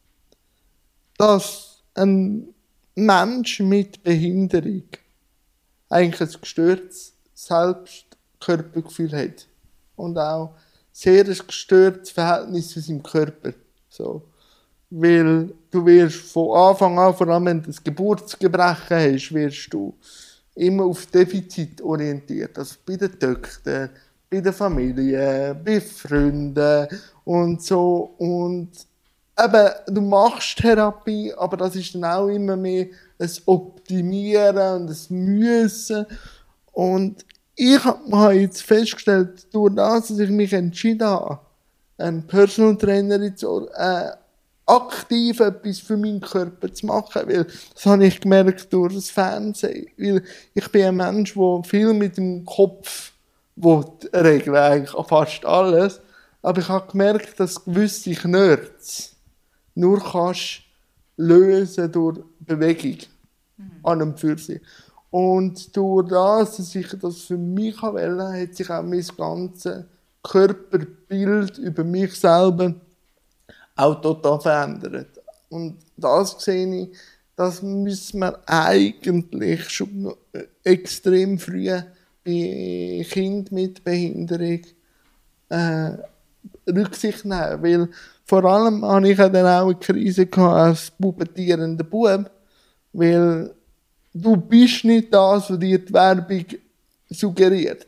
dass ein Mensch mit Behinderung eigentlich ein gestörtes Selbstkörpergefühl hat. Und auch sehr ein gestörtes Verhältnis zu seinem Körper. So. Weil du wirst von Anfang an, vor allem wenn du ein Geburtsgebrechen hast, wirst du immer auf Defizit orientiert. Also bei den Töchtern, bei der Familie, bei Freunden und so. Und eben, du machst Therapie, aber das ist dann auch immer mehr ein Optimieren und ein Müssen. Und ich habe jetzt festgestellt, durch das, dass ich mich entschieden habe, einen Personal Trainer zu äh, aktiv etwas für meinen Körper zu machen, weil das habe ich gemerkt durch das Fernsehen. Weil ich bin ein Mensch, der viel mit dem Kopf regeln eigentlich fast alles. Aber ich habe gemerkt, dass gewisse Knörz nur kannst lösen durch Bewegung mhm. an und für sich. Und durch das, dass ich das für mich wählen, hat sich auch mein ganzes Körperbild über mich selber auch total verändert. Und das sehe ich, das müssen wir eigentlich schon extrem früh bei Kindern mit Behinderung äh, Rücksicht nehmen. Weil vor allem hatte ich dann auch eine Krise als pubertierender Bub, weil du bist nicht das, was dir die Werbung suggeriert.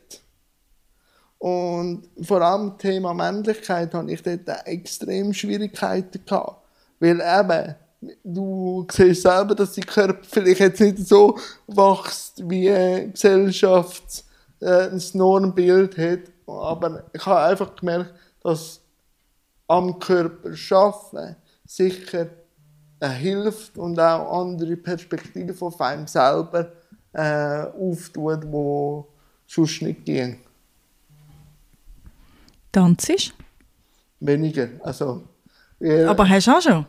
Und vor allem Thema Männlichkeit hatte ich dort extrem Schwierigkeiten gehabt. Weil eben, du siehst selber, dass dein Körper vielleicht jetzt nicht so wächst, wie eine Gesellschaft äh, ein Normbild hat. Aber ich habe einfach gemerkt, dass am Körper arbeiten sicher äh, hilft und auch andere Perspektiven von einem selber äh, auftut, die sonst nicht gehen. Tanzst? Weniger. Also, äh, Aber hast du auch schon?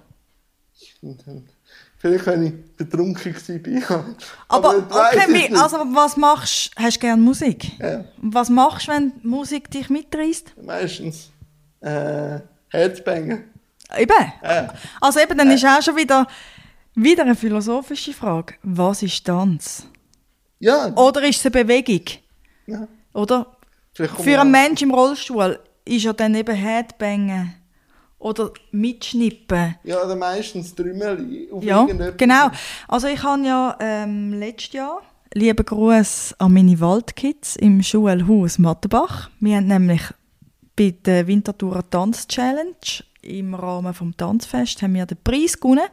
Vielleicht, wenn ich betrunken war. Aber, Aber okay, wie, also was machst du? Hast du gerne Musik? Ja. Was machst du, wenn Musik dich mitreißt? Meistens äh, Herzbängen. Eben. Ja. Also eben, dann ja. ist auch schon wieder, wieder eine philosophische Frage. Was ist Tanz? Ja. Oder ist es eine Bewegung? Ja. Oder? Für einen Menschen im Rollstuhl ist ja dann eben Headbangen oder mitschnippen. Ja, oder meistens Trümmerli. Ja, genau. Also ich habe ja ähm, letztes Jahr, lieben Gruß an meine Waldkids im Schulhaus Mattenbach. Wir haben nämlich bei der Winterthurer Tanz-Challenge im Rahmen des Tanzfest haben wir den Preis gewonnen.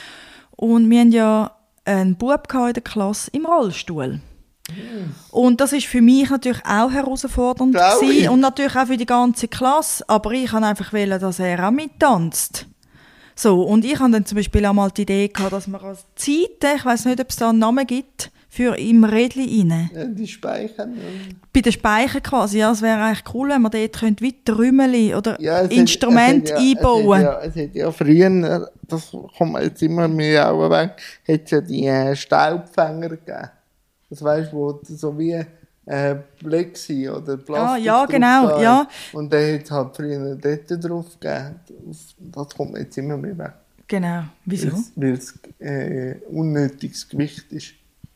Und wir haben ja einen Bub in der Klasse im Rollstuhl. Mm. Und das war für mich natürlich auch herausfordernd gewesen, und natürlich auch für die ganze Klasse. Aber ich wollte einfach, dass er auch mittanzt. So, und ich hatte dann zum Beispiel auch mal die Idee gehabt, dass man als Zeiten, ich weiss nicht, ob es da einen Namen gibt, für im Rädli rein. Ja, die Speicher. Bei den Speichern quasi, ja, es wäre eigentlich cool, wenn man dort könnte wie Trümeli oder ja, Instrumente hat, ja, einbauen. Es hat, ja, es hat ja früher, das kommt jetzt immer mehr auch weg, hat es ja die äh, Staubfänger gegeben. Das weisst du, wo so wie äh, Plexi oder Plastik ah, ja, genau, drauf ja. Und dann hat es halt früher dort drauf gegeben. Das kommt jetzt immer mehr weg. Genau, wieso? Weil es äh, unnötiges Gewicht ist.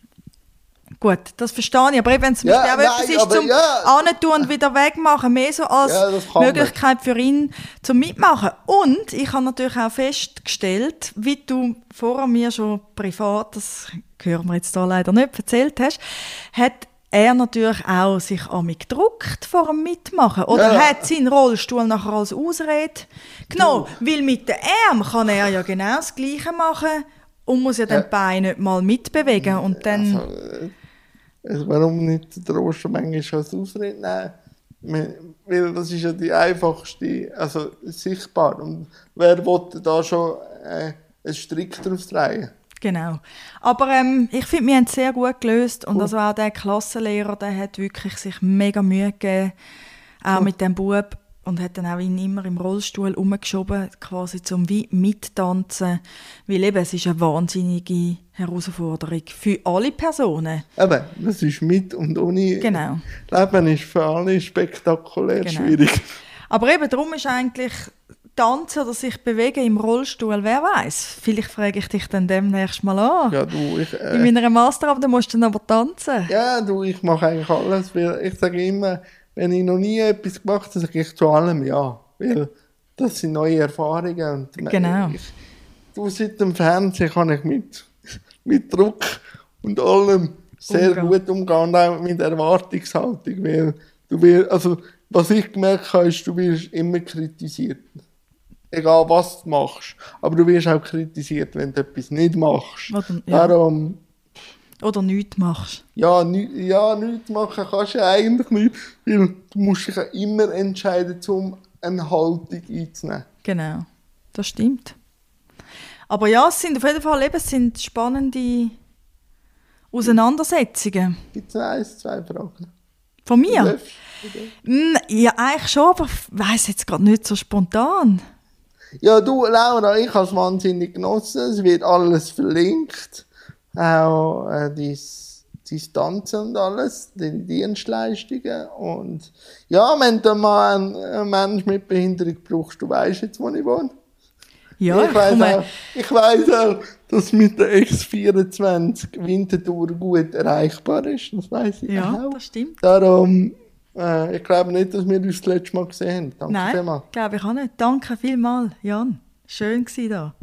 Gut, das verstehe ich. Aber wenn es zum ja, Beispiel auch nein, etwas ist, zum ja. Antun und wieder wegmachen, mehr so als ja, Möglichkeit man. Für ihn zum Mitmachen. Und ich habe natürlich auch festgestellt, wie du vorher mir schon privat, das hören wir jetzt da leider nicht, erzählt hast, hat er natürlich auch sich an mich gedruckt vor dem Mitmachen. Oder ja. hat seinen Rollstuhl nachher als Ausrede genommen. Ja. Weil mit den Armen kann er ja genau das Gleiche machen und muss ja, ja. den Bein nicht mal mitbewegen. Und dann... Also, also warum nicht den Trost manchmal als Ausrede nehmen? Weil das ist ja die einfachste, also sichtbar. Und wer will da schon äh, einen Strick drauf drehen? Genau. Aber ähm, ich finde, wir haben es sehr gut gelöst. Und cool. Also auch der Klassenlehrer, der hat wirklich sich mega Mühe gegeben, auch cool. mit dem Bub. Und hat dann auch ihn immer im Rollstuhl umgeschoben, quasi zum wie mittanzen. Weil eben, es ist eine wahnsinnige Herausforderung für alle Personen. Eben, das ist mit und ohne. Genau. Leben ist für alle spektakulär genau. schwierig. Aber eben, darum ist eigentlich Tanzen oder sich bewegen im Rollstuhl, wer weiß. Vielleicht frage ich dich dann demnächst mal an. Ja, du, ich... Äh, In meiner Masterarbeit musst du dann aber tanzen. Ja, du, ich mache eigentlich alles, weil ich sage immer... Wenn ich noch nie etwas gemacht habe, sage ich zu allem ja. Weil das sind neue Erfahrungen. Und genau. Ich, du, seit dem Fernsehen kann ich mit, mit Druck und allem sehr umgehen. gut umgehen. Und auch mit Erwartungshaltung. Weil du wirst, also, was ich gemerkt habe, ist, du wirst immer kritisiert. Egal, was du machst. Aber du wirst auch kritisiert, wenn du etwas nicht machst. Oder, ja. Darum... Oder nichts machst. Ja, nie, ja, nichts machen kannst du eigentlich nicht, weil du musst dich ja immer entscheiden, um eine Haltung einzunehmen. Genau, das stimmt. Aber ja, es sind auf jeden Fall eben, es sind spannende Auseinandersetzungen. Gibt es noch eins, zwei Fragen? Von mir? Ja, eigentlich schon, aber ich weiss jetzt gerade nicht so spontan. Ja, du, Laura, ich habe es wahnsinnig genossen. Es wird alles verlinkt. Auch äh, dein, dein Tanzen und alles, die Dienstleistungen. Und ja, wenn du mal einen, einen Menschen mit Behinderung brauchst, du weißt jetzt, wo ich wohne. Ja, ich weiss komme- auch, ich weiss auch, dass mit der X vierundzwanzig Winterthur gut erreichbar ist. Das weiss ich Ja, auch. das stimmt. Darum, äh, ich glaube nicht, dass wir uns das letzte Mal gesehen haben. Danke Nein, vielmals. glaube ich auch nicht. Danke vielmals, Jan. Schön war da.